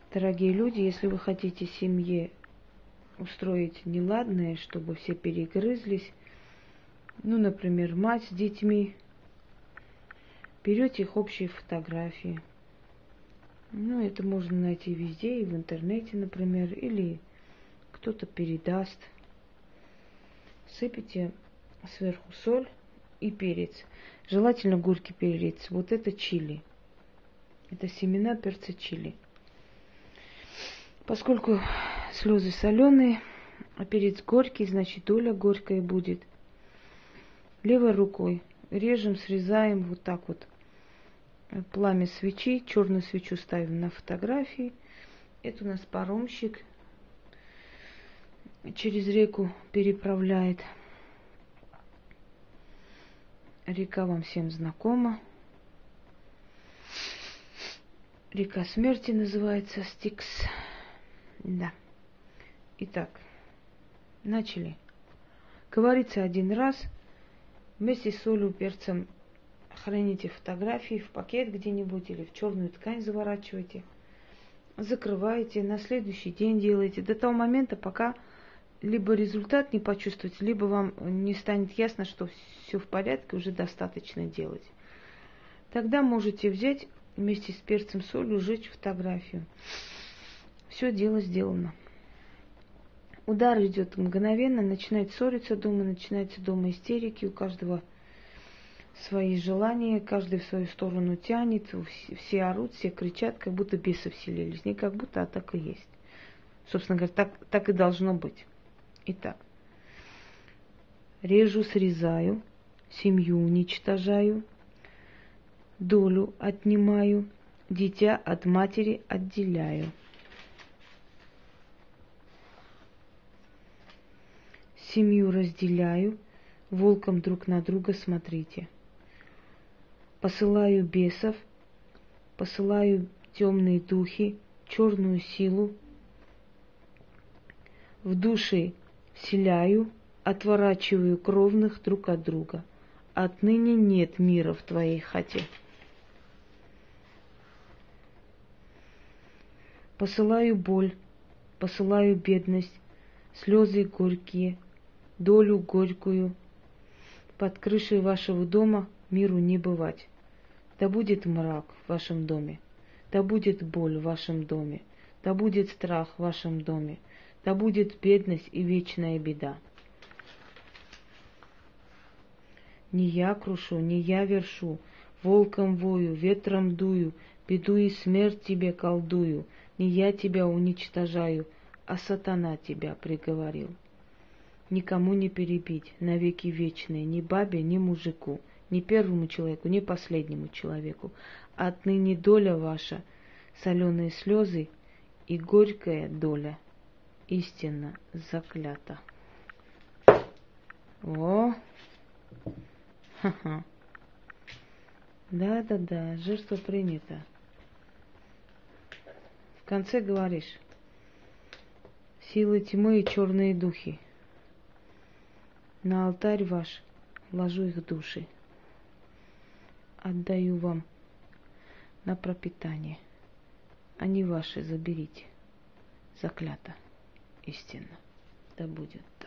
Дорогие люди, если вы хотите семье устроить неладное, чтобы все перегрызлись, ну, например, мать с детьми, берете их общие фотографии. Ну, это можно найти везде, и в интернете, например, или кто-то передаст. Сыпите сверху соль и перец. Желательно горький перец. Вот это чили. Это семена перца чили. Поскольку слезы соленые, а перец горький, значит доля горькая будет. Левой рукой режем, срезаем вот так вот пламя свечи. Черную свечу ставим на фотографии. Это у нас паромщик через реку переправляет. Река вам всем знакома. Река смерти называется Стикс. Да. Итак, начали. Говорится один раз. Вместе с солью, перцем храните фотографии в пакет где-нибудь или в черную ткань заворачивайте. Закрываете, на следующий день делаете. До того момента, пока либо результат не почувствуете, либо вам не станет ясно, что все в порядке, уже достаточно делать. Тогда можете взять вместе с перцем, солью, сжечь фотографию. Все, дело сделано. Удар идет мгновенно, начинает ссориться дома, начинаются дома истерики, у каждого свои желания, каждый в свою сторону тянет, все орут, все кричат, как будто бесы вселились. Не как будто, а так и есть. Собственно говоря, так и должно быть. Итак, режу, срезаю, семью уничтожаю, долю отнимаю, дитя от матери отделяю. Семью разделяю, волком друг на друга смотрите. Посылаю бесов, посылаю темные духи, черную силу, в души вселяю, отворачиваю кровных друг от друга. Отныне нет мира в твоей хате. Посылаю боль, посылаю бедность, слезы горькие, долю горькую. Под крышей вашего дома миру не бывать. Да будет мрак в вашем доме, да будет боль в вашем доме, да будет страх в вашем доме, да будет бедность и вечная беда. Не я крушу, не я вершу, волком вою, ветром дую, беду и смерть тебе колдую, не я тебя уничтожаю, а сатана тебя приговорил. Никому не перебить, навеки вечные, ни бабе, ни мужику, ни первому человеку, ни последнему человеку. Отныне доля ваша, соленые слезы и горькая доля, истинно заклята. О! Ха-ха. Да, жертва принята. В конце говоришь, силы тьмы и черные духи. На алтарь ваш ложу их души. Отдаю вам на пропитание. Они ваши заберите. Заклято. Истинно. Да будет.